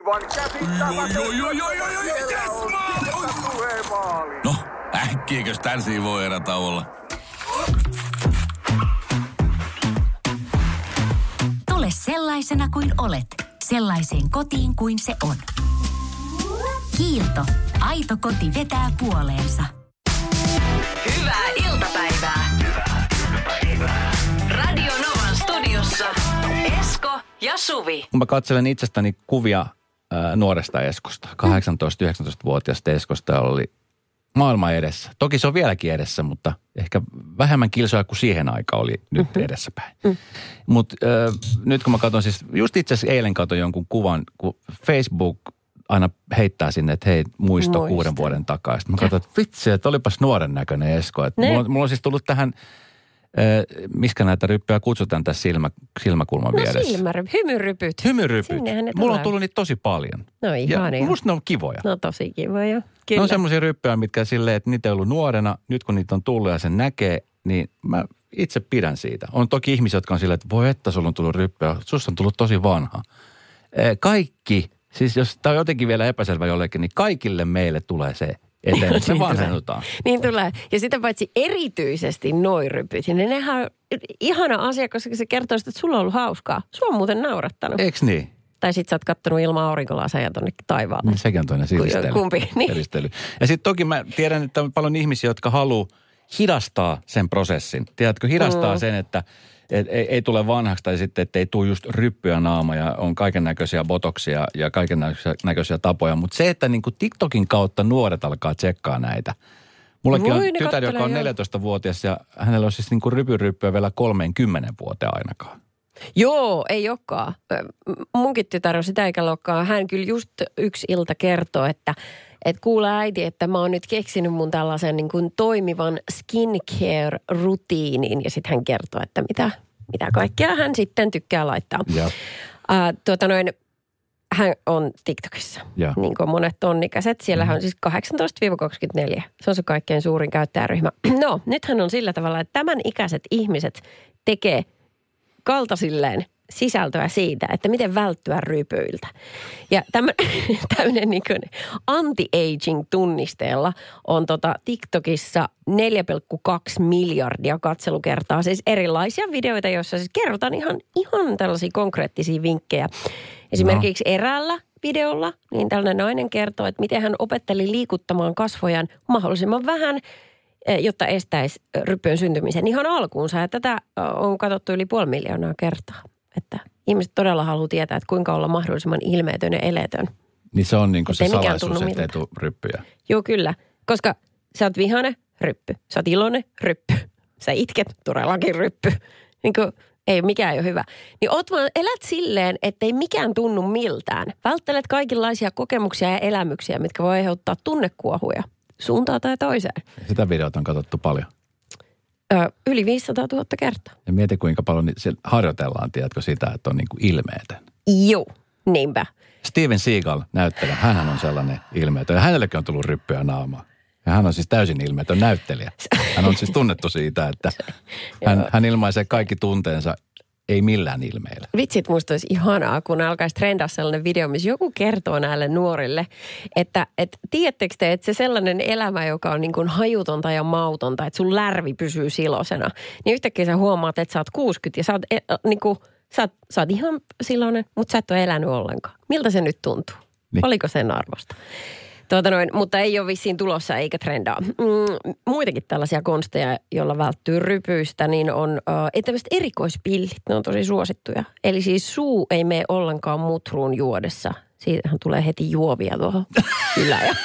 Aivan käsittämätöntä. No, äkkiäkös tän voi erätä olla? Tule sellaisena kuin olet, sellaiseen kotiin kuin se on. Kiilto. Aito koti vetää puoleensa. Hyvää iltapäivää. Radio Novan studiossa Esko ja Suvi. Kun mä katselen itsestäni kuvia nuoresta Eskosta, 18-19-vuotiaasta Eskosta, jolla oli maailma edessä. Toki se on vieläkin edessä, mutta ehkä vähemmän kilsoja kuin siihen aikaan oli nyt edessäpäin. Mutta nyt kun mä katson siis, just itse asiassa eilen katson jonkun kuvan, kun Facebook aina heittää sinne, että hei, muisto 6 vuoden takaa. Sitten mä katson, että vitsi, että olipas nuoren näköinen Esko. Mulla on siis tullut tähän, miskä näitä ryppyjä kutsutaan tässä silmäkulman vieressä. Hymyrypyt. Hymyrypyt. Mulla on tullut niitä tosi paljon. No ihania. Ja musta ne on kivoja. No tosi kivoja. Kyllä. Ne on semmoisia ryppyjä, mitkä silleen, että niitä ei ollut nuorena. Nyt kun niitä on tullut ja sen näkee, niin mä itse pidän siitä. On toki ihmisiä, jotka on silleen, että voi että sulla on tullut ryppyjä. Susta on tullut tosi vanha. Kaikki, siis jos tämä on jotenkin vielä epäselvä jollekin, niin kaikille meille tulee se eteen, että me vanhennutaan. Niin tulee. Ja sitä paitsi erityisesti noi rypyt. Ja nehän on ihana asia, koska se kertoo, että sulla on ollut hauskaa. Sua on muuten naurattanut. Eiks niin? Tai sit sä oot kattonut ilman aurinkolaseja tonne taivaalle. Sekin on toinen siristely. Kumpi? Niin. Ja sitten toki mä tiedän, että on paljon ihmisiä, jotka haluaa hidastaa sen prosessin. Tiedätkö, hidastaa sen, että ei tule vanhaksi tai sitten, että ei tule just ryppyä naama ja on kaiken näköisiä botoksia ja kaiken näköisiä tapoja. Mutta se, että niin kuin TikTokin kautta nuoret alkaa tsekkaa näitä. Mullakin on tytär, joka on 14-vuotias ja hänellä on siis niin kuin ryppyä vielä 30 vuoteen ainakaan. Joo, ei olekaan. Munkin tytär on sitä ikäluokkaa. Hän kyllä just yksi ilta kertoo, että kuule äiti, että mä oon nyt keksinyt mun tällaisen niin kuin toimivan skincare-rutiinin. Ja sitten hän kertoo, että mitä kaikkea hän sitten tykkää laittaa. Hän on TikTokissa, niin kuin monet tonnikäiset. Siellähän on siis 18-24. Se on se kaikkein suurin käyttäjäryhmä. No, nythän on sillä tavalla, että tämän ikäiset ihmiset tekee kaltaisilleen sisältöä siitä, että miten välttyä rypyiltä. Ja tämmöinen niin kuin anti-aging-tunnisteella on TikTokissa 4,2 miljardia katselukertaa. Siis erilaisia videoita, joissa siis kerrotaan ihan tällaisia konkreettisia vinkkejä. Esimerkiksi eräällä videolla, niin tällainen nainen kertoo, että miten hän opetteli liikuttamaan kasvojaan mahdollisimman vähän, jotta estäisi ryppyjen syntymisen ihan alkuunsa. Ja tätä on katsottu yli 500 000 kertaa. Että ihmiset todella haluaa tietää, että kuinka olla mahdollisimman ilmeetön ja eleetön. Niin se on niin kuin se salaisuus, ettei tule ryppyjä. Joo, kyllä. Koska sä oot vihane, ryppy. Sä oot iloinen, ryppy. Sä itket, todellakin ryppy. Niin kuin ei mikään ole hyvä. Niin elät silleen, ettei mikään tunnu miltään. Välttelet kaikenlaisia kokemuksia ja elämyksiä, mitkä voi aiheuttaa tunnekuohuja suuntaan tai toiseen. Sitä videota on katsottu paljon. Yli 500 000 kertaa. Ja mieti kuinka paljon harjoitellaan, tiedätkö sitä, että on niin kuin ilmeetön. Joo, niinpä. Steven Seagal näyttelijä, hänhän on sellainen ilmeetön. Ja hänellekin on tullut ryppyä naamaa. Ja hän on siis täysin ilmeetön näyttelijä. Hän on siis tunnettu siitä, että hän ilmaisee kaikki tunteensa ei millään ilmeillä. Vitsit, musta olisi ihanaa, kun alkaisi trendaa sellainen video, missä joku kertoo näille nuorille, että tiedättekö te, että se sellainen elämä, joka on niin kuin hajutonta ja mautonta, että sun lärvi pysyy silosena, niin yhtäkkiä sä huomaat, että sä oot 60 ja sä oot ihan siloinen, mutta sä et ole elänyt ollenkaan. Miltä se nyt tuntuu? Niin. Oliko sen arvosta? Mutta ei ole vissiin tulossa eikä trendaa. Muitakin tällaisia konsteja, joilla välttyy rypyistä, niin on tämmöiset erikoispillit. Ne on tosi suosittuja. Eli siis suu ei mene ollenkaan mutruun juodessa. Siitähän tulee heti juovia tuohon ylä- ja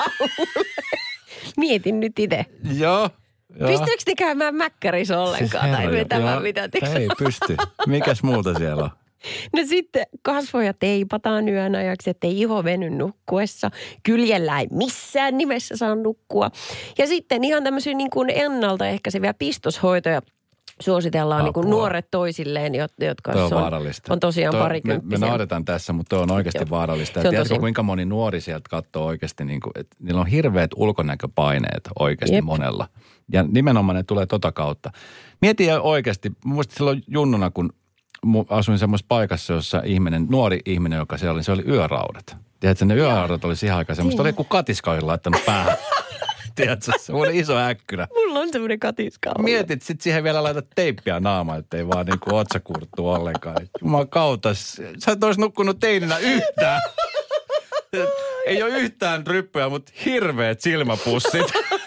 mietin nyt itse. Joo. Pystyykö ne käymään mäkkärissä ollenkaan tai vetämään mitä? Ei pysty. Mikäs muuta siellä on? No sitten kasvoja teipataan yön ajaksi, ettei iho veny nukkuessa. Kyljellä ei missään nimessä saa nukkua. Ja sitten ihan tämmöisiä niin kuin ennaltaehkäiseviä pistoshoitoja suositellaan niin kuin nuoret toisilleen, jotka on tosiaan parikymppisiä. Me nauretaan tässä, mutta on oikeasti vaarallista. Ja tiedätkö, kuinka moni nuori sieltä katsoo oikeasti, niin kuin, että niillä on hirveät ulkonäköpaineet oikeasti monella. Ja nimenomaan ne tulee tota kautta. Mietin oikeasti, muistin silloin junnuna, kun asuin semmoisessa paikassa, jossa nuori ihminen, joka siellä oli, se oli yöraudat. Tiedätkö, ne yöraudat oli siihen aikaan semmoista, oli kuin katiska oli laittanut päähän. Tiedätkö, semmoinen iso äkkyrä. Mulla on semmoinen katiska. Mietit, sit siihen vielä laitat teippiä naamaan, ettei vaan niinku otsakurttu ollenkaan. Juman kautta, sä et olisi nukkunut teininä yhtään. Ei ole yhtään ryppyä, mutta hirveät silmäpussit.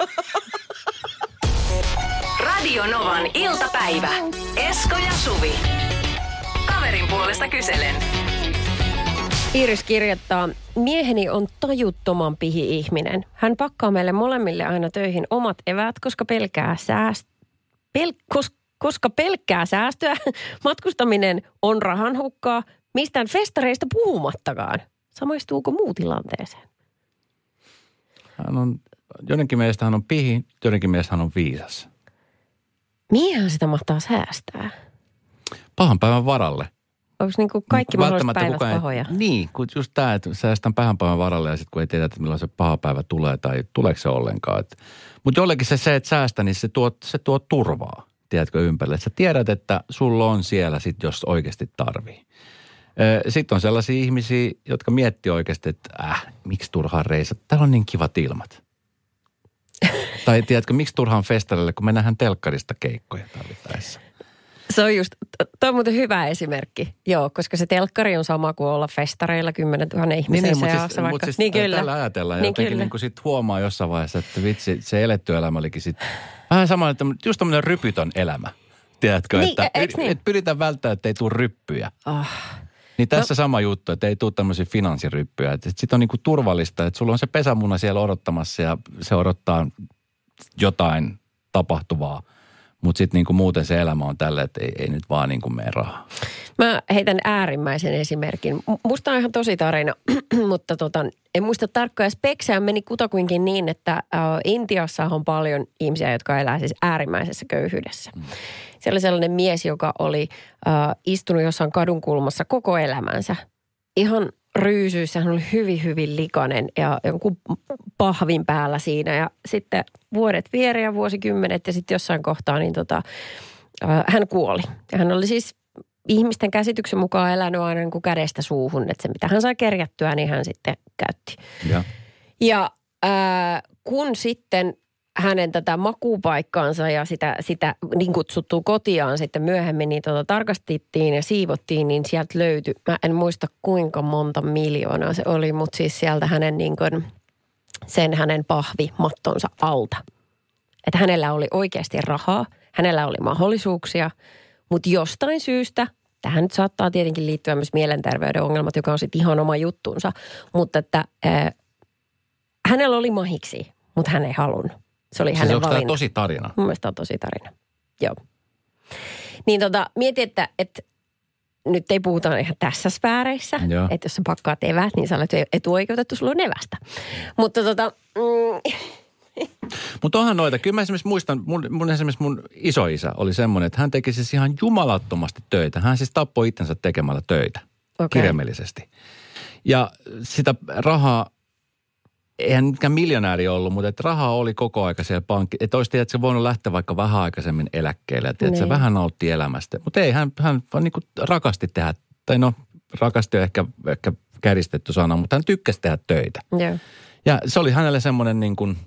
Radio Novan iltapäivä. Esko ja Suvi. Kaverin puolesta kyselen. Iiris kirjoittaa, mieheni on tajuttoman pihi-ihminen. Hän pakkaa meille molemmille aina töihin omat eväät, koska pelkkää säästöä. Matkustaminen on rahanhukkaa. Mistään festareista puhumattakaan. Samaistuuko muu tilanteeseen? Joidenkin mielestä hän on pihi, joidenkin mielestä hän on viisas. Mihinhän sitä mahtaa säästää? Pahan päivän varalle. Onko niin kuin kaikki mahdolliset päivät pahoja? Niin, kun just tämä, että säästän pahan päivän varalle ja sitten kun ei tiedä, että milloin se paha päivä tulee tai tuleeko se ollenkaan. Mutta jollekin se, että säästä, niin se tuo turvaa, tiedätkö, ympärille. Että sä tiedät, että sulla on siellä sit, jos oikeasti tarvii. Sitten on sellaisia ihmisiä, jotka miettii oikeasti, että miksi turhaan reisat? Täällä on niin kivat ilmat. Tai tiedätkö, miksi turhaan festarille, kun me nähdään telkkarista keikkoja tarvittaessa. Se on just, toi on muuten hyvä esimerkki. Joo, koska se telkkari on sama kuin olla festareilla 10 000 ihmisen seassa vaikka. Niin kyllä. Tällä ajatellaan ja jotenkin niin sitten huomaa jossain vaiheessa, että vitsi, se eletty elämä olikin sitten vähän sama, että just tämmöinen rypytön elämä. Tiedätkö, niin, että niin? pyritään välttämään, että ei tule ryppyjä. Niin tässä sama juttu, että ei tule tämmöisiä finanssiryppyjä. Että sitten on niinku turvallista, että sulla on se pesämuna siellä odottamassa ja se odottaa jotain tapahtuvaa. Mutta sitten niinku muuten se elämä on tällä, että ei nyt vaan niinku mene rahaa. Mä heitän äärimmäisen esimerkin. Musta on ihan tosi tarina, mutta en muista tarkkaan. Speksään meni kutakuinkin niin, että Intiassa on paljon ihmisiä, jotka elää siis äärimmäisessä köyhyydessä. Siellä oli sellainen mies, joka oli istunut jossain kadunkulmassa koko elämänsä. Ihan ryysyissä, hän oli hyvin, hyvin likainen ja jonkun pahvin päällä siinä. Ja sitten vuodet vieri ja vuosikymmenet ja sitten jossain kohtaa niin hän kuoli. Ja hän oli siis ihmisten käsityksen mukaan elänyt aina niin kuin kädestä suuhun, että se mitä hän sai kerjättyä, niin hän sitten käytti. Ja kun sitten hänen tätä makuupaikkaansa ja sitä niin kutsuttua kotiaan sitten myöhemmin niin tarkastettiin ja siivottiin, niin sieltä löytyi, mä en muista kuinka monta miljoonaa se oli, mutta siis sieltä hänen niin kuin, sen hänen pahvimattonsa alta. Että hänellä oli oikeasti rahaa, hänellä oli mahdollisuuksia, mutta jostain syystä, tähän nyt saattaa tietenkin liittyä myös mielenterveyden ongelmat, joka on sitten ihan oma juttunsa, mutta että hänellä oli mahiksi, mutta hän ei halunnut. Se oli hänen valinta. Onko tämä tosi tarina? Mun mielestä on tosi tarina, joo. Niin mieti, että nyt ei puhuta ihan tässä sfääreissä, että jos sä pakkaat eväät, niin sä olet etuoikeutettu, sulla on evästä. Mutta Mutta onhan noita. Kyllä mä esimerkiksi muistan, mun isoisä oli semmoinen, että hän teki siis ihan jumalattomasti töitä. Hän siis tappoi itsensä tekemällä töitä, kirjaimellisesti. Ja sitä rahaa, eihän mikään miljonääri ollut, mutta että rahaa oli koko aika siellä pankki. Että olisi tietysti voinut lähteä vaikka vähän aikaisemmin eläkkeelle, että se vähän nautti elämästä. Mutta ei, hän vaan niin kuin rakasti tehdä, tai no rakasti on ehkä käristetty sana, mutta hän tykkäsi tehdä töitä. Yeah. Ja se oli hänelle semmoinen niin kuin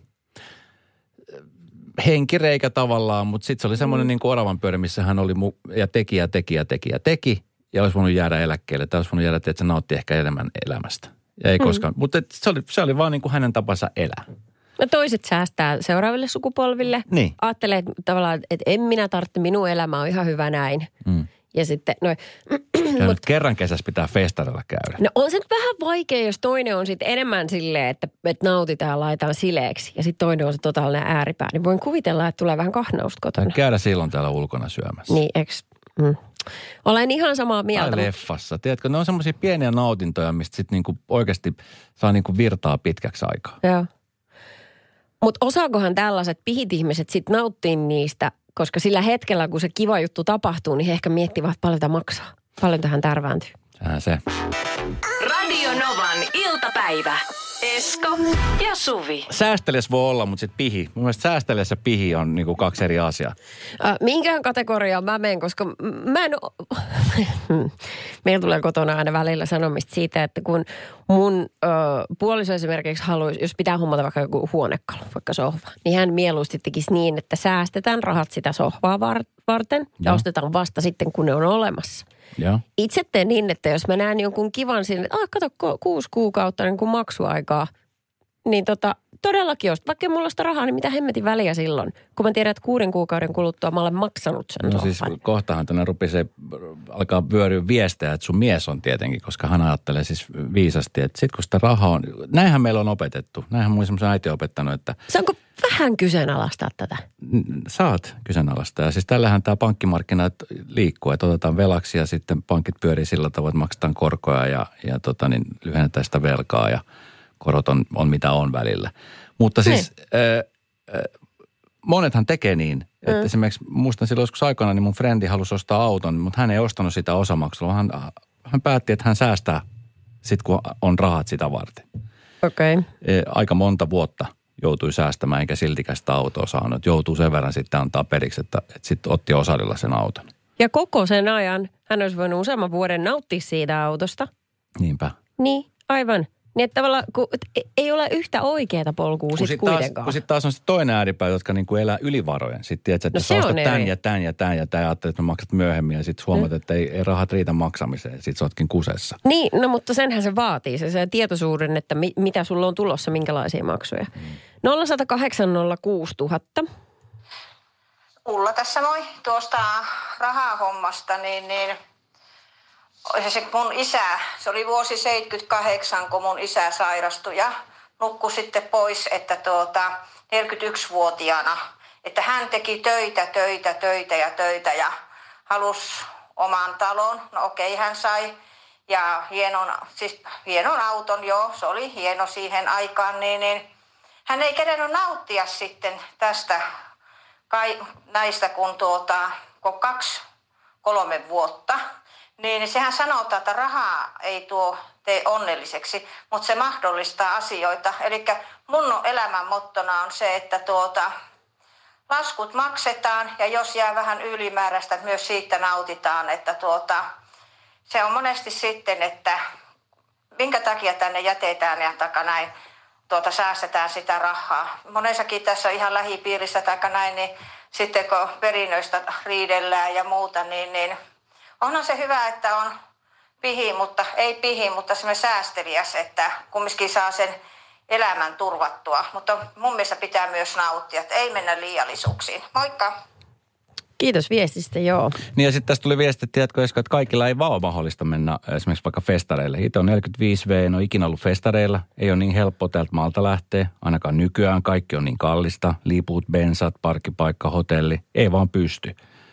henkireikä tavallaan, mutta sitten se oli semmoinen niin kuin oravan pyörä, missä hän oli ja teki. Ja olisi voinut jäädä eläkkeelle, tai olisi voinut jäädä, että se nautti ehkä enemmän elämästä. Ja ei koskaan, mutta se oli vaan niin kuin hänen tapansa elää. No toiset säästää seuraaville sukupolville. Niin. Ajattelee että tavallaan, että en minä tarvitse, minun elämä on ihan hyvä näin. Ja sitten, nyt kerran kesässä pitää festarilla käydä. No on se vähän vaikea, jos toinen on sitten enemmän silleen, että nautitaan ja laitetaan sileeksi. Ja sitten toinen on se totaalinen ääripää. Niin voin kuvitella, että tulee vähän kahnausta kotona. Tai käydä silloin täällä ulkona syömässä. Niin, Olen ihan samaa mieltä. Tai leffassa. Tiedätkö, ne on semmoisia pieniä nautintoja, mistä sitten niinku oikeasti saa niinku virtaa pitkäksi aikaa. Joo. Mutta osaakohan tällaiset pihit ihmiset sitten nauttia niistä, koska sillä hetkellä, kun se kiva juttu tapahtuu, niin he ehkä miettivät, paljon tämä maksaa. Paljon tähän tärvääntyy. Sehän se. Radio Novan iltapäivä. Esko ja Suvi. Säästeles voi olla, mutta sitten pihi. Mun mielestä säästeles ja pihi on niinku kaksi eri asiaa. Minkään kategoriaan mä menen, koska mä en meillä tulee kotona aina välillä sanomista siitä, että kun mun puoliso esimerkiksi haluaisi, jos pitää hommata vaikka joku huonekalu, vaikka sohva, niin hän mieluusti tekisi niin, että säästetään rahat sitä sohvaa varten ja ostetaan vasta sitten, kun ne on olemassa. Ja. Itse teen niin, että jos mä näen jonkun kivan sinne, että kato 6 kuukautta niin kuin maksuaikaa, niin todellakin jos vaikka mulla sitä rahaa, niin mitä hemmetin väliä silloin, kun mä tiedän, että 6 kuukauden kuluttua mä olen maksanut sen sohvan. Siis kohtahan tänne alkaa vyöryä viestejä, että sun mies on tietenkin, koska hän ajattelee siis viisasti, että sit kun sitä rahaa on, näinhän meillä on opetettu, näinhän mun semmoisen äiti on opettanut, että... Saanko vähän kyseenalaistaa tätä? Saat kyseenalaistaa. Ja siis tällähän tämä pankkimarkkinat liikkuu, että otetaan velaksi ja sitten pankit pyörii sillä tavoin, että maksetaan korkoja ja lyhennetään sitä velkaa ja korot on mitä on välillä. Mutta siis monethan tekee niin, että esimerkiksi muistan silloin joskus aikana, niin mun frendi halusi ostaa auton, mutta hän ei ostanut sitä osamaksulla. Hän päätti, että hän säästää sit kun on rahat sitä varten. Okei. Aika monta vuotta joutui säästämään eikä siltikään sitä autoa saanut. Joutuu sen verran sitten antaa periksi, että sitten otti osarilla sen auton. Ja koko sen ajan hän olisi voinut useamman vuoden nauttia siitä autosta. Niinpä. Niin, aivan. Niin että tavallaan, ei ole yhtä oikeaa polkua sitten kuitenkaan. Kun sitten taas on se toinen ääripää, jotka niinku elää ylivarojen. Sitten tiedätkö, että sä ostat tämän ja tämän ja tämän ja tämän ja ajattelet, että maksat myöhemmin ja sitten huomaat, että ei rahat riitä maksamiseen. Sitten sä ootkin kusessa. Niin, no mutta senhän se vaatii, se tietoisuuden, että mitä sulla on tulossa, minkälaisia maksuja. 0108 06 000. Ulla tässä moi. Tuosta rahahommasta, niin se mun isä, se oli vuosi 78, kun mun isä sairastui ja nukkui sitten pois, että 41-vuotiaana. Että hän teki töitä ja halusi oman talon. No okei, hän sai ja hienon auton, joo, se oli hieno siihen aikaan, niin hän ei kerennyt nauttia sitten tästä näistä kun 2-3 vuotta. Niin sehän sanotaan, että rahaa ei tee onnelliseksi, mutta se mahdollistaa asioita. Eli mun elämän mottona on se, että laskut maksetaan ja jos jää vähän ylimääräistä, myös siitä nautitaan. Että se on monesti sitten, että minkä takia tänne jätetään ja näin säästetään sitä rahaa. Monessakin tässä on ihan lähipiirissä tai näin, niin sitten kun perinnöistä riidellään ja muuta, niin onhan se hyvä, että on pihi, mutta semmoinen säästeliäs, että kumminkin saa sen elämän turvattua. Mutta mun mielestä pitää myös nauttia, että ei mennä liiallisuuksiin. Moikka! Kiitos viestistä, joo. Niin ja sitten tästä tuli viesti, tiedätkö Esko, että kaikilla ei vaan ole mahdollista mennä esimerkiksi vaikka festareille. Itse on 45V, en ole ikinä ollut festareilla. Ei ole niin helppo täältä maalta lähteä. Ainakaan nykyään kaikki on niin kallista. Liput, bensat, parkkipaikka, hotelli. Ei vaan pysty.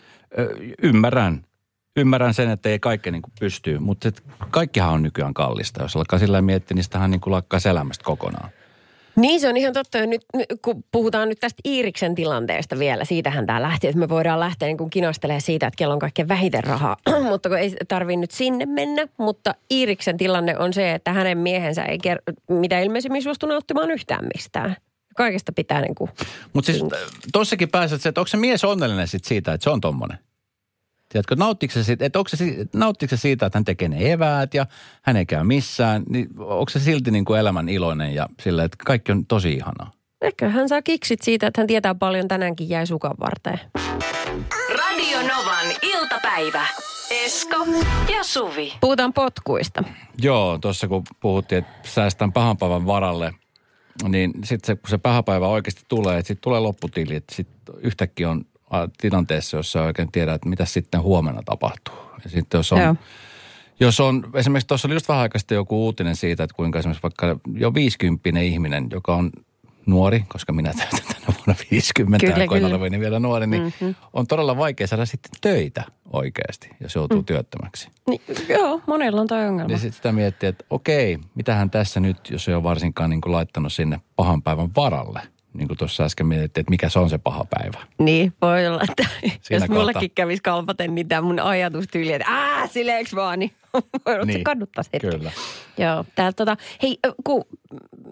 Ymmärrän sen, että ei kaikki niin kuin pystyy, mutta kaikkihan on nykyään kallista. Jos alkaa sillä miettiä, niin sitähän niin kuin lakkaisi elämästä kokonaan. Niin, se on ihan totta. Ja nyt, kun puhutaan nyt tästä Iiriksen tilanteesta vielä, siitähän tämä lähti, että me voidaan lähteä niin kuin kinastelemaan siitä, että kello on kaikkein vähiten rahaa. Mutta kun ei tarvitse nyt sinne mennä. Mutta Iiriksen tilanne on se, että hänen miehensä ei mitä ilmeisimmin suostu nauttimaan yhtään mistään. Kaikesta pitää niin kuin... Mutta siis tossakin pääset se, että onko se mies onnellinen sit siitä, että se on tommonen? Tiedätkö, nauttiko se siitä, että hän tekee ne eväät ja hän ei käy missään, niin onko se silti niin kuin elämän iloinen ja sillä, että kaikki on tosi ihanaa? Ehkä hän saa kiksit siitä, että hän tietää paljon tänäänkin jäi sukan varteen. Radio Novan iltapäivä. Esko ja Suvi. Puhutaan potkuista. Joo, tuossa kun puhuttiin, että säästän pahan päivän varalle, niin sitten kun se paha päivä oikeasti tulee, että sitten tulee lopputili, että sitten yhtäkkiä on tilanteessa, jossa oikein tiedä, että mitä sitten huomenna tapahtuu. Ja sitten jos on, esimerkiksi tuossa oli just vähän aikaa sitten joku uutinen siitä, että kuinka esimerkiksi vaikka jo 50 ihminen, joka on nuori, koska minä täytän tänä vuonna 50, kun olevani vielä nuori, niin on todella vaikea saada sitten töitä oikeasti, jos joutuu työttömäksi. Niin, joo, monella on toi ongelma. Niin sitten sitä miettii, että okei, mitähän tässä nyt, jos ei ole varsinkaan niin kuin laittanut sinne pahan päivän varalle. Niin kuin tuossa äsken mietittiin, että mikä se on se paha päivä. Niin, voi olla, että siinä jos mullekin kävisi kalpaten, niin tämä mun ajatustyyli, että sileeks vaan, niin voi olla, että se kannuttaa hetki. Kyllä. Joo, täältä hei, kun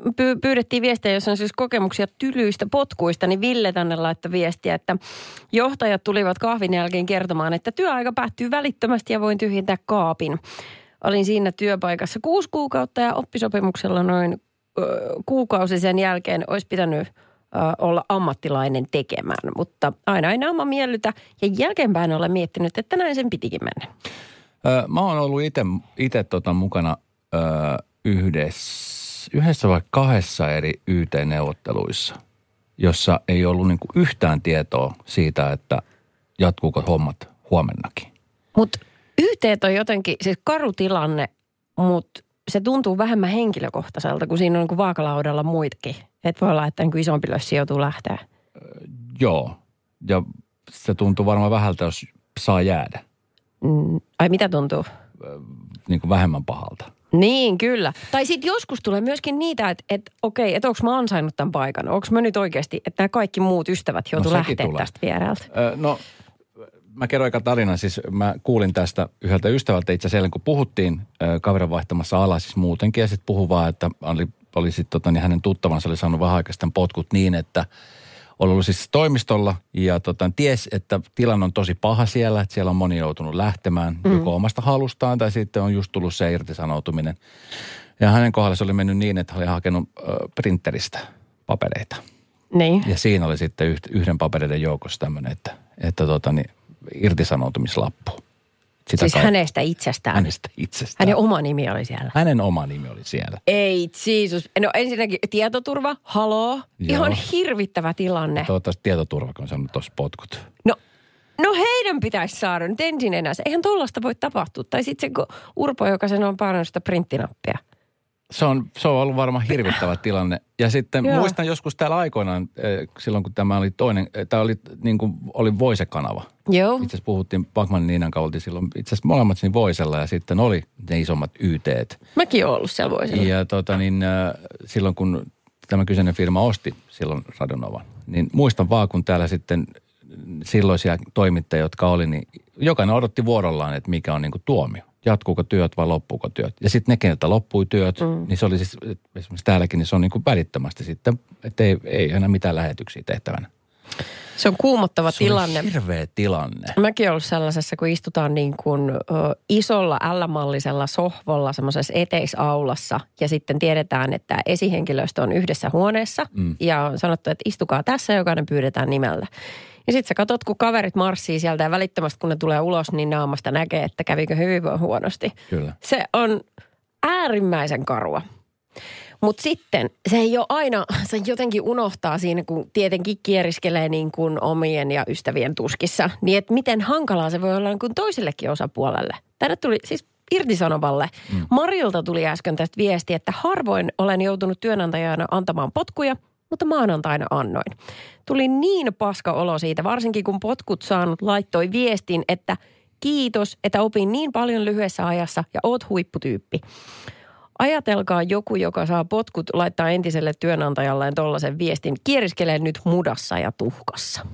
pyydettiin viestiä, jos on siis kokemuksia tylyistä potkuista, niin Ville tänne laittoi viestiä, että johtajat tulivat kahvin jälkeen kertomaan, että työaika päättyy välittömästi ja voin tyhjentää kaapin. Olin siinä työpaikassa 6 kuukautta ja oppisopimuksella noin kuukausi sen jälkeen olisi pitänyt olla ammattilainen tekemään, mutta aina ei naama miellytä ja jälkeenpäin olen miettinyt, että näin sen pitikin mennä. Mä oon ollut itse mukana yhdessä vai 2 eri YT-neuvotteluissa, jossa ei ollut niinku yhtään tietoa siitä, että jatkuuko hommat huomennakin. Mutta YT on jotenkin siis karu tilanne, mutta se tuntuu vähemmän henkilökohtaiselta, kun siinä on niin vaakalaudalla muitakin. Että voi olla, että niin isompi lössi joutuu lähteä. Joo, ja se tuntuu varmaan vähältä, jos saa jäädä. Ai mitä tuntuu? Niin kuin vähemmän pahalta. Niin, kyllä. Tai sitten joskus tulee myöskin niitä, että okei, että onko mä ansainnut tämän paikan? Onko mä nyt oikeasti, että nämä kaikki muut ystävät joutuu lähteä tästä vierailta? No, mä kerroin aika tarinan. Siis mä kuulin tästä yhdeltä ystävältä itse asiassa, kun puhuttiin kaverin vaihtamassa ala siis muutenkin. Ja sitten puhui vaan, että oli sitten niin hänen tuttavansa oli saanut vähän aikaa potkut niin, että oli ollut siis toimistolla ja ties, että tilanne on tosi paha siellä, että siellä on moni joutunut lähtemään joko omasta halustaan tai sitten on just tullut se irtisanoutuminen. Ja hänen kohdalla se oli mennyt niin, että hän oli hakenut printeristä papereita. Niin. Ja siinä oli sitten yhden papereiden joukossa tämmöinen, että irtisanoutumislappu. Siis hänestä itsestään? Hänestä itsestään. Hänen oma nimi oli siellä? Hänen oma nimi oli siellä. Ei, Jeesus. No ensinnäkin tietoturva, haloo. Joo. Ihan hirvittävä tilanne. Toivottavasti tietoturva, kun on saanut tuossa potkut. No heidän pitäisi saada nyt ensin enää. Eihän tollaista voi tapahtua. Tai sitten se Urpo, joka sen on painanut sitä printtinappia. Se on ollut varmaan hirvittävä tilanne. Ja sitten muistan joskus täällä aikoinaan, silloin kun tämä oli oli Voise-kanava. Joo. Itse asiassa puhuttiin Backmanin Niinan kautta silloin, itse asiassa molemmat siinä Voisella ja sitten oli ne isommat YT:t. Mäkin olen ollut siellä Voisella. Ja silloin kun tämä kyseinen firma osti silloin Radionovan, niin muistan vaan kun täällä sitten silloisia toimittajia, jotka oli, niin jokainen odotti vuorollaan, että mikä on niin kuin tuomio. Jatkuuko työt vai loppuuko työt. Ja sitten ne, keneltä loppui työt, niin se oli siis, esimerkiksi täälläkin, niin se on niin kuin välittömästi sitten, että ei enää mitään lähetyksiä tehtävänä. Se on kuumottava tilanne. Se on hirveä tilanne. Mäkin olen ollut sellaisessa, kun istutaan niin kuin isolla L-mallisella sohvolla semmoisessa eteisaulassa ja sitten tiedetään, että esihenkilöstö on yhdessä huoneessa ja on sanottu, että istukaa tässä ja jokainen pyydetään nimellä. Ja sitten sä katot, kun kaverit marssii sieltä ja välittömästi kun ne tulee ulos, niin naamasta näkee, että kävikö hyvin vai huonosti. Kyllä. Se on äärimmäisen karua. Mutta sitten se ei ole aina, se jotenkin unohtaa siinä, kun tietenkin kieriskelee niin kuin omien ja ystävien tuskissa. Niin että miten hankalaa se voi olla niin kuin toisellekin osapuolelle. Tänne tuli siis irtisanovalle. Marilta tuli äsken tästä viesti, että harvoin olen joutunut työnantajana antamaan potkuja, mutta maanantaina annoin. Tuli niin paska olo siitä, varsinkin kun potkut saanut laittoi viestin, että kiitos, että opin niin paljon lyhyessä ajassa ja oot huipputyyppi. Ajatelkaa joku, joka saa potkut laittaa entiselle työnantajalleen tollaisen viestin. Kieriskelee nyt mudassa ja tuhkassa.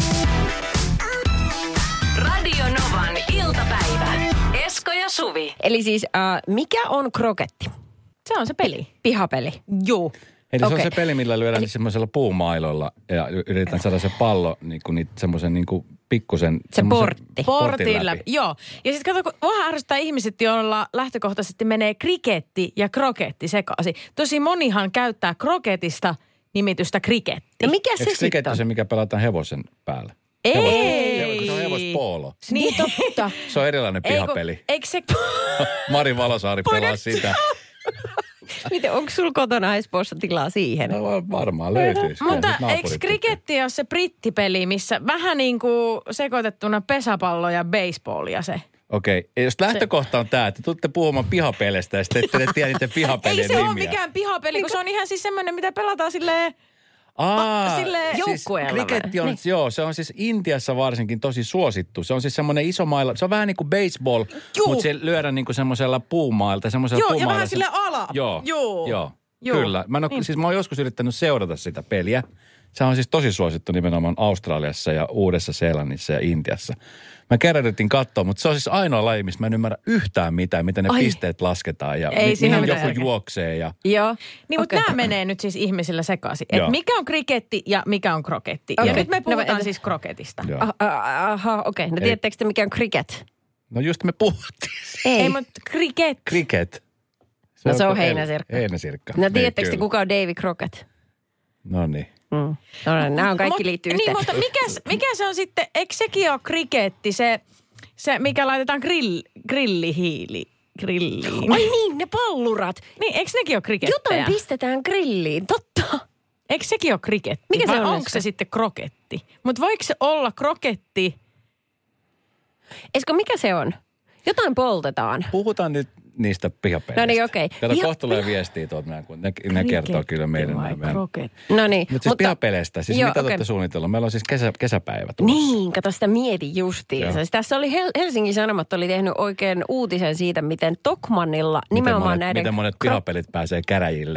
Radio Novan iltapäivä. Esko ja Suvi. Eli siis mikä on kroketti? Se on se peli. Pihapeli. Joo. Eli se on se peli, millä lyödään semmoisella puumailoilla ja yritetään saada se pallo niin semmoisen niin pikkusen. Se portin läpi. Joo. Ja sitten kato, kun vähän ärsyttää ihmiset, joilla lähtökohtaisesti menee kriketti ja kroketti sekaisin. Tosi monihan käyttää kroketista nimitystä kriketti. Ja mikä se sitten on? Kriketti on se, mikä pelataan hevosen päällä? Ei. Se on hevospoolo. Niin totta. Se on erilainen pihapeli. Eikö se... Mari Valosaari pelaa sitä. Miten, onko sulla kotona Espoossa tilaa siihen? No varmaan löytyisi. Mutta eikö kriketti ole se brittipeli, missä vähän niin kuin sekoitettuna pesäpallo ja baseballia se? Okei. Jos lähtökohta on tämä, että tuutte puhumaan pihapeleistä ja sitten ette tiedä niiden pihapelien nimiä. Ei se ole mikään pihapeli, kun se on ihan siis semmoinen, mitä pelataan silleen... joukkueella. Siis kriketti on, joo, se on siis Intiassa varsinkin tosi suosittu. Se on siis semmoinen iso mailla, se on vähän niin kuin baseball, mutta se lyödään niin kuin semmoisella puumailla. Joo, ja vähän sille ala. Joo. Joo. Kyllä. Siis mä oon joskus yrittänyt seurata sitä peliä. Se on siis tosi suosittu nimenomaan Australiassa ja Uudessa-Seelannissa ja Intiassa. Mä kerran yritin katsoa, mutta se on siis ainoa laji, missä mä en ymmärrä yhtään mitään, miten ne pisteet lasketaan ja mihin joku juoksee. Ja... Joo. Niin, mutta nämä menee nyt siis ihmisillä sekaisin. Että mikä on kriketti ja mikä on kroketti. Okay. Ja nyt me puhutaan siis kroketista. Okei. No tiedättekö te, mikä on cricket? No just me puhuttiin. Ei, mutta cricket. Cricket. Se on heinäsirkka. Heinäsirkka. No tiedättekö te, kuka on Davy Crockett? No niin. No, nämä on kaikki liittyy yhteen. Niin, mutta mikä se on sitten, eikö sekin ole kriketti, se mikä laitetaan grilliin? Ai niin, ne pallurat. Niin, eikö nekin ole krikettejä? Jotain pistetään grilliin, totta. Eikö sekin ole kriketti? Mikä se on? Onko se sitten kroketti? Mutta voiko se olla kroketti? Eikö mikä se on? Jotain poltetaan. Puhutaan nyt niistä pihapeleistä. No niin, okei. Kato, kohta tulee viestiä tuolta, kun ne kertoo kyllä meille nämä. No niin. Mutta pihapeleistä, siis mitä te olette suunnitellut? Meillä on siis kesäpäivä tulossa. Niin, kato sitä mietin justiinsa. Tässä oli Helsingin Sanomat oli tehnyt oikein uutisen siitä, miten Tokmannilla nimenomaan miten monet pihapelit pääsee käräjille.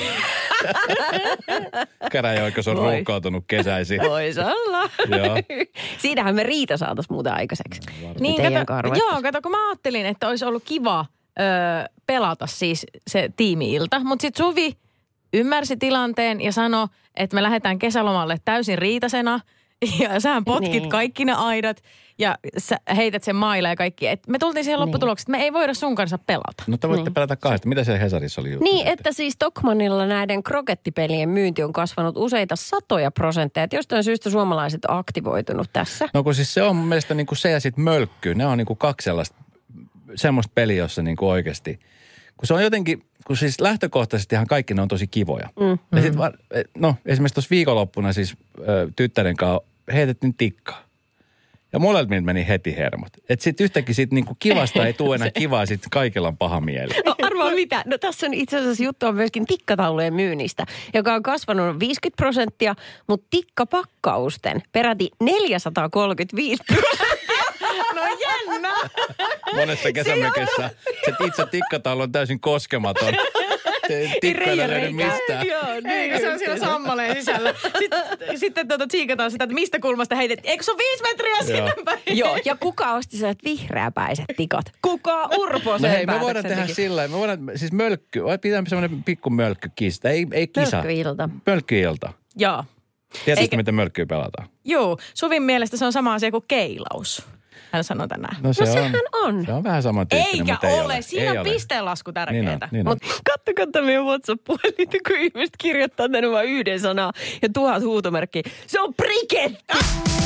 Käräjäoikeus on ruuhkautunut kesäisin. Voisi olla. Siinähän me riita saataisiin muuten aikaiseksi. Niin, kato, kun mä ajattelin, että olisi ollut kiva pelata siis se tiimi-ilta. Mutta sitten Suvi ymmärsi tilanteen ja sanoi, että me lähdetään kesälomalle täysin riitasena. Ja sähän potkit kaikki ne aidat ja sä heität sen maille ja kaikki. Et me tultiin siihen lopputulokseen, että me ei voida sun kanssa pelata. No te voitte pelata kahdesta. Mitä siellä Hesarissa oli juttu? Niin, että siis Tokmannilla näiden krokettipelien myynti on kasvanut useita 100%. Että jostain syystä suomalaiset on aktivoitunut tässä. No kun siis se on mun mielestä niin kuin se ja sitten mölkky. Ne on niin kuin kaksi semmoista peliä, jossa niin kuin oikeasti... Kun se on jotenkin, kun siis lähtökohtaisesti ihan kaikki ne on tosi kivoja. Ja sitten esimerkiksi tuossa viikonloppuna siis tyttären kanssa heitettiin tikkaa. Ja molemmilla meni heti hermot. Että sitten yhtäkkiä siitä niinku kivasta ei tule enää kivaa, sitten kaikilla on paha mieli. No arvaa mitä? No tässä on itse asiassa juttua myöskin tikkataulujen myynnistä, joka on kasvanut 50%, mutta tikkapakkausten peräti 435%. No jännä! Monessa kesämökessä se itse tikkataulu on täysin koskematon. Tikka ei löydy mistään. Joo, niin. Se on siellä sammaleen sisällä. Sitten tsiikataan sitä, että mistä kulmasta heitet. Eikö se ole 5 metriä sinne päin? Joo, ja kuka osti sellaiset vihreäpäiset tikat? Kuka Urpo sen hei, me voidaan tehdä sillä me voidaan, siis mölkky, pitää semmoinen pikku mölkkykista. Ei kisa. Mölkkyilta. Mölkkyilta. Joo. Tiedätkö, miten mölkkyä pelataan? Joo, Suvin mielestä se on sama asia kuin keilaus. Hän sanoi tänään. No sehän on. Se on vähän samantyyppinen, mutta ei ole. Siinä on pisteenlasku tärkeää. Niin mutta kattokaa meidän WhatsApp-puhelinta, kun ihmiset kirjoittaa tänne vain yhden sanaa ja 1000 huutomerkkiä. Se on briketti!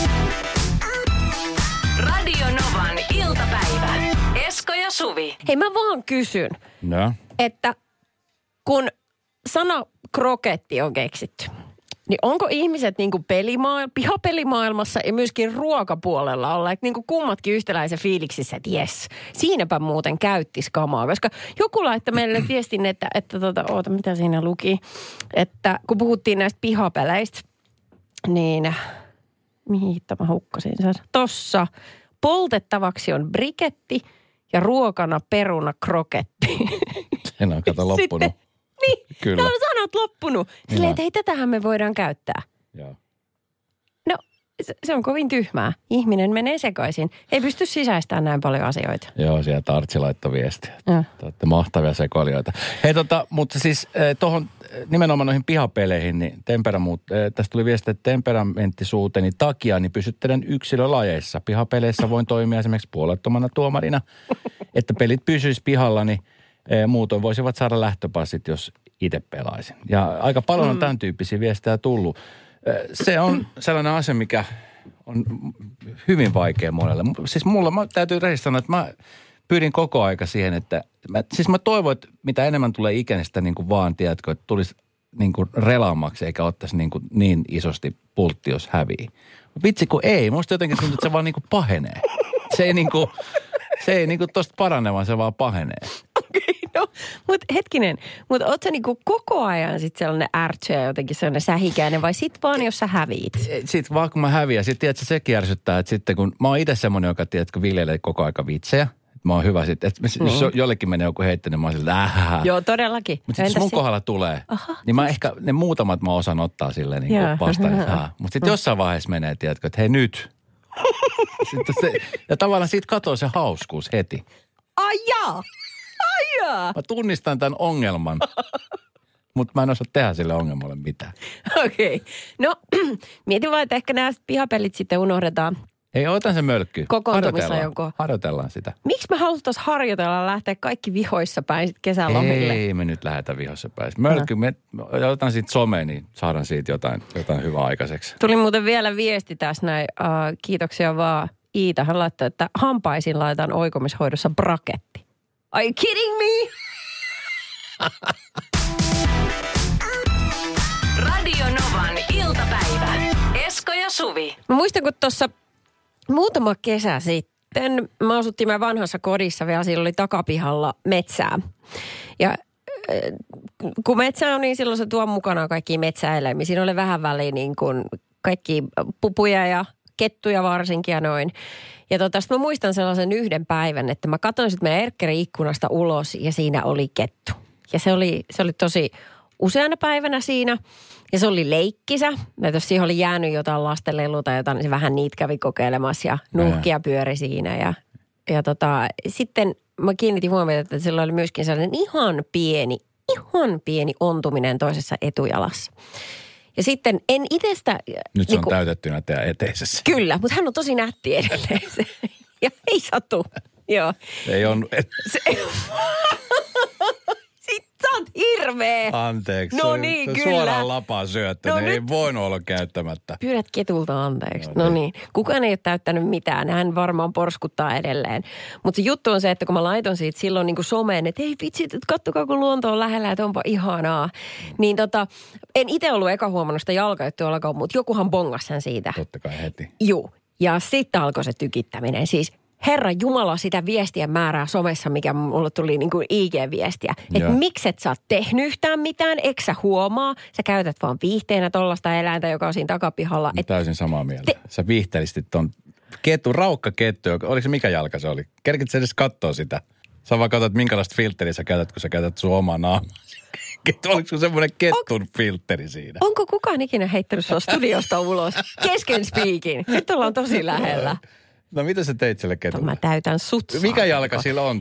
Radio Novan iltapäivä. Esko ja Suvi. Hei, mä vaan kysyn, että kun sana kroketti on keksitty, niin onko ihmiset niin kuin pihapelimaailmassa ja myöskin ruokapuolella olleet niin kuin kummatkin yhtäläisen fiiliksissä, että jes, siinäpä muuten käyttis kamaa. Koska joku laittoi meille viestin, että oota, mitä siinä luki, että kun puhuttiin näistä pihapeleistä, niin mihin mä hukkasin sen? Tossa poltettavaksi on briketti ja ruokana peruna kroketti. En ole kato loppunut. Niin, kyllä. nämä sanat loppunut. Silleen, että hei, tätähän me voidaan käyttää. Joo. No, se on kovin tyhmää. Ihminen menee sekaisin. Ei pysty sisäistämään näin paljon asioita. Joo, siellä Tartsi laittoi viestiä. Te olette mahtavia sekoilijoita. Hei mutta siis tuohon nimenomaan noihin pihapeleihin, niin tästä tuli viesti, että temperamenttisuuteni takia niin pysyttelen yksilölajeissa. Pihapeleissä voin toimia esimerkiksi puolettomana tuomarina, että pelit pysyisi pihalla, niin muutoin voisivat saada lähtöpassit, jos itse pelaisin. Ja aika paljon on tämän tyyppisiä viestejä tullut. Se on sellainen asia, mikä on hyvin vaikea monelle. Siis mä täytyy rehellisesti sanoa, että mä pyrin koko aika siihen, että mä toivon, että mitä enemmän tulee ikänestä niin kuin vaan, tiedätkö, että tulisi niin kuin relaammaksi eikä ottaisi niin isosti pultti, jos hävii. Vitsi kun ei, musta jotenkin tuntuu, että se vaan niin kuin pahenee. Se ei niinku tosta parane, vaan se vaan pahenee. Okei, no, mutta hetkinen. Mutta oot sä niinku koko ajan sit sellainen ärtsy ja jotenkin sellainen sähikäinen vai sit vaan, jos sä häviit? Sit vaan kun mä häviän, sit tiedätkö, sekin ärsyttää, että sitten kun mä oon itse semmoinen, joka tiedätkö, viljelee koko aika vitsejä. Mä oon hyvä sitten. Jos jollekin menee joku heittänyt, mä oon siltä, Joo, todellakin. Mutta jos mun kohdalla tulee, niin mä ehkä ne muutamat mä osaan ottaa silleen niin kuin vastaan. Mutta sitten jossain vaiheessa menee, tiedätkö, että hei nyt. Ja tavallaan siitä katoo se hauskuus heti. Ai jaa! Mä tunnistan tämän ongelman, mutta mä en osaa tehdä sille ongelmalle mitään. Okei. No, mietin vaan, että ehkä nämä pihapelit sitten unohdetaan. Ei, otan se mölkky. Harjoitellaan sitä. Miksi me haluttaisiin harjoitella lähteä kaikki vihoissa päin sitten kesälomille? Ei me nyt lähdetä vihoissa päin. Mölkky, otan siitä someen, niin saadaan siitä jotain hyvää aikaiseksi. Tuli muuten vielä viesti tässä näin. Kiitoksia vaan Iita. Hän laittoi, että hampaisiin laitetaan oikomishoidossa braketti. Are you kidding me? Radio Novan iltapäivä. Esko ja Suvi. Mä muistan, kun tuossa muutama kesä sitten mä asuttiin meidän vanhassa kodissa vielä, siellä oli takapihalla metsää. Ja kun metsä on, niin silloin se tuo mukanaan kaikkia metsäeläimiä. Siinä oli vähän väliin niin kuin kaikki pupuja ja kettuja varsinkin ja noin. Ja sitten mä muistan sellaisen yhden päivän, että mä katsoin sitten meidän erkkärin ikkunasta ulos ja siinä oli kettu. Ja se oli tosi useana päivänä siinä. Ja se oli leikkisä. Ja jos siihen oli jäänyt jotain lastenlelua tai jotain, niin se vähän niitä kävi kokeilemassa ja nuhkia pyöri siinä. Ja sitten mä kiinnitin huomiota, että sillä oli myöskin sellainen ihan pieni ontuminen toisessa etujalassa. Ja sitten en itsestä... Nyt se on täytettynä teidän eteisessä. Kyllä, mutta hän on tosi nätti edelleen. Ja ei satu. Joo. Ei on... Sitten sä oot hirveä. Anteeksi. No niin, kyllä. Suoraan lapaan syöttö. No ei voinut olla käyttämättä. Pyydät ketulta anteeksi. No niin. Kukaan ei ole täyttänyt mitään. Hän varmaan porskuttaa edelleen. Mutta se juttu on se, että kun mä laiton siitä silloin niin kuin someen, että ei vitsit, että kattokaa kun luonto on lähellä, että onpa ihanaa. Niin en itse ollut eka huomannut sitä jalkajuttua alkaa, mutta jokuhan bongasi sen siitä. Totta kai heti. Juu. Ja sitten alkoi se tykittäminen. Siis Herra Jumala sitä viestiä määrää somessa, mikä mulle tuli niin kuin IG-viestiä. Että mikset sä oot tehnyt yhtään mitään, eikö sä huomaa? Sä käytät vaan viihteenä tollaista eläintä, joka on siinä takapihalla. Täysin samaa mieltä. Sä viihtelistit ton raukkakettu. Oliko se mikä jalka se oli? Kerkit sä edes kattoo sitä? Sä vaan katsot, minkälaista filtteriä sä käytät, kun sä käytät sun omaa naamaa. Oliko se semmoinen kettun filtteri siinä? Onko kukaan ikinä heittänyt sua studiosta ulos? Kesken spiikin. Nyt ollaan tosi lähellä. No mitä sä teit sille ketulle? Mä täytän sutsaa. Mikä jalka sillä on?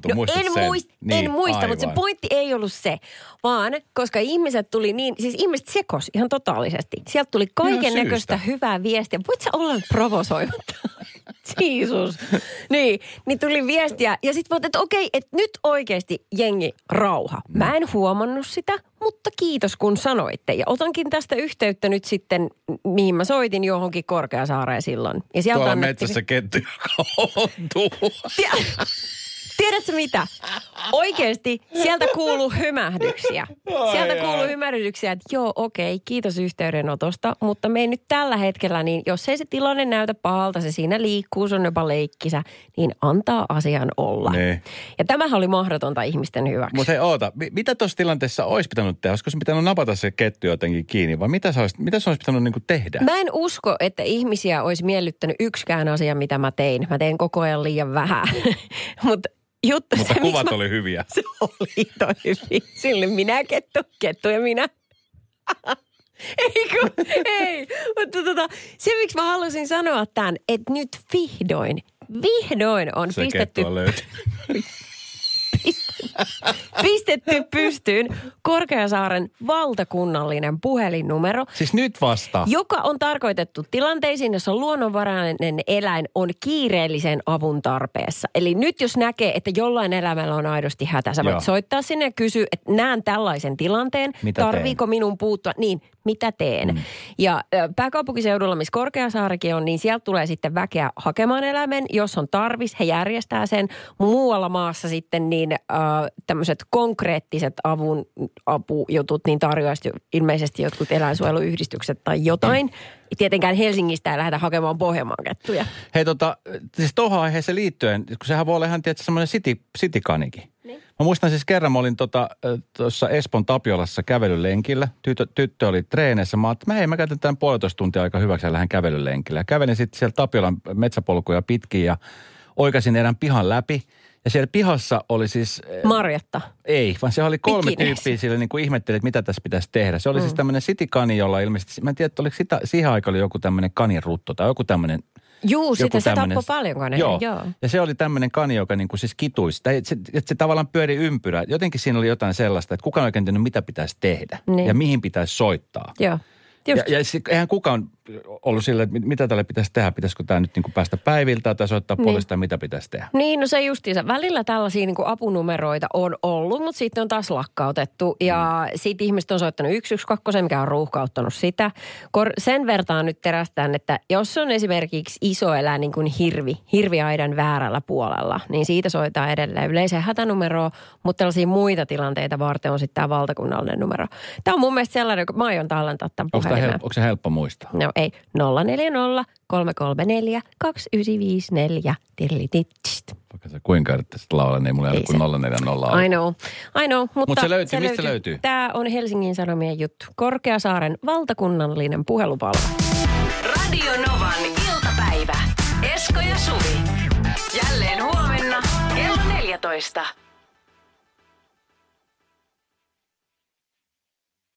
En muista, mutta se pointti ei ollut se, vaan koska ihmiset tuli siis ihmiset sekos ihan totaalisesti. Sieltä tuli kaiken näköistä hyvää viestiä. Voit sä olla provosoimatta? Jeesus. Niin tuli viestiä ja sitten että okei, että nyt oikeasti jengi rauha. Mä en huomannut sitä, mutta kiitos kun sanoitte. Ja otankin tästä yhteyttä nyt sitten, mihin mä soitin johonkin Korkeasaareen silloin. Ja tuolla metsässä kettu, joka ontuu. Tiedätkö mitä? Oikeasti sieltä kuuluu hymähdyksiä. Kuuluu hymähdyksiä, että joo, okei, kiitos yhteydenotosta. Mutta me ei nyt tällä hetkellä, niin jos ei se tilanne näytä pahalta, se siinä liikkuu, se on jopa leikkisä, niin antaa asian olla. Ne. Ja tämähän oli mahdotonta ihmisten hyväksi. Mutta hei, oota, mitä tuossa tilanteessa olisi pitänyt tehdä? Olisiko se pitänyt napata se kettu jotenkin kiinni vai mitä se olisi pitänyt niinku tehdä? Mä en usko, että ihmisiä olisi miellyttänyt yksikään asia, mitä mä tein. Mä tein koko ajan liian vähän. Mutta kuvat oli hyviä. Se oli tosi. Silloin minä kettu ja minä. Ei. Mutta se, miksi mä halusin sanoa tämän, että nyt vihdoin on se pistetty pistetty pystyyn Korkeasaaren valtakunnallinen puhelinnumero. Siis nyt vasta. Joka on tarkoitettu tilanteisiin, jossa luonnonvarainen eläin on kiireellisen avun tarpeessa. Eli nyt jos näkee, että jollain elämällä on aidosti hätä, sä voit soittaa sinne ja kysyä, että näen tällaisen tilanteen. Tarviiko minun puuttua? Niin, mitä teen? Ja pääkaupunkiseudulla, missä Korkeasaarekin on, niin sieltä tulee sitten väkeä hakemaan eläimen. Jos on tarvis, he järjestää sen. Muualla maassa sitten niin tämmöiset konkreettiset apujutut, niin tarjoaisi ilmeisesti jotkut eläinsuojeluyhdistykset tai jotain. Tietenkään Helsingistä ei lähdetä hakemaan Pohjanmaan kettuja. Hei siis tuohon aiheeseen liittyen, kun sehän voi olla ihan tietysti semmoinen city-kanikin. Niin. Mä muistan siis kerran, mä olin tuossa Espoon Tapiolassa kävelylenkillä. Tyttö oli treeneissä. Mä ajattelin, mä käytän tämän 1,5 tuntia aika hyväksi ja lähden kävelylenkillä. Ja kävelin sitten siellä Tapiolan metsäpolkuja pitkin ja oikaisin erään pihan läpi. Ja siellä pihassa oli siis... Marjatta. Ei, vaan se oli 3 Bikineissä. tyyppiä sille niin kuin ihmetteli, että mitä tässä pitäisi tehdä. Se oli siis tämmöinen City-kani, jolla ilmeisesti... Mä en tiedä, että oliko siihen aikaan oli joku tämmöinen kanirutto tai joku tämmöinen... Juu, sitä se tämmönen, tappoi paljon kaneja, joo. Ja se oli tämmöinen kani, joka niin kuin siis kituisi. Että se tavallaan pyöri ympyrä. Jotenkin siinä oli jotain sellaista, että kukaan oikein tiennyt, mitä pitäisi tehdä. Niin. Ja mihin pitäisi soittaa. Joo. Ja eihän kukaan ollut sillä, että mitä tälle pitäisi tehdä. Pitäisikö tämä nyt niin kuin päästä päiviltä tai soittaa poliisista, tai mitä pitäisi tehdä. Niin, no se justiinsa. Välillä tällaisia niin kuin apunumeroita on ollut, mutta sitten on taas lakkautettu. Ja siitä ihmiset on soittanut 112, mikä on ruuhkauttanut sitä. Sen vertaan nyt terästään, että jos on esimerkiksi iso eläin niin kuin hirviaidan väärällä puolella, niin siitä soitaan edelleen yleiseen hätänumeroon, mutta tällaisia muita tilanteita varten on sitten tämä valtakunnallinen numero. Tämä on mun mielestä sellainen, kun mä aion tallentaa tämän puhelimeen. Onko se helppo muistaa? No ei. 040 334 2954. Vaikka se kuinka yrittäisit laulaa, niin mulla ei ole kuin 040. I know. Mutta se löytyy. Mistä se löytyy? Tämä on Helsingin Sanomien juttu. Korkeasaaren valtakunnallinen puhelupalvelu. Radio Novan iltapäivä. Esko ja Suvi. Jälleen huomenna kello 14.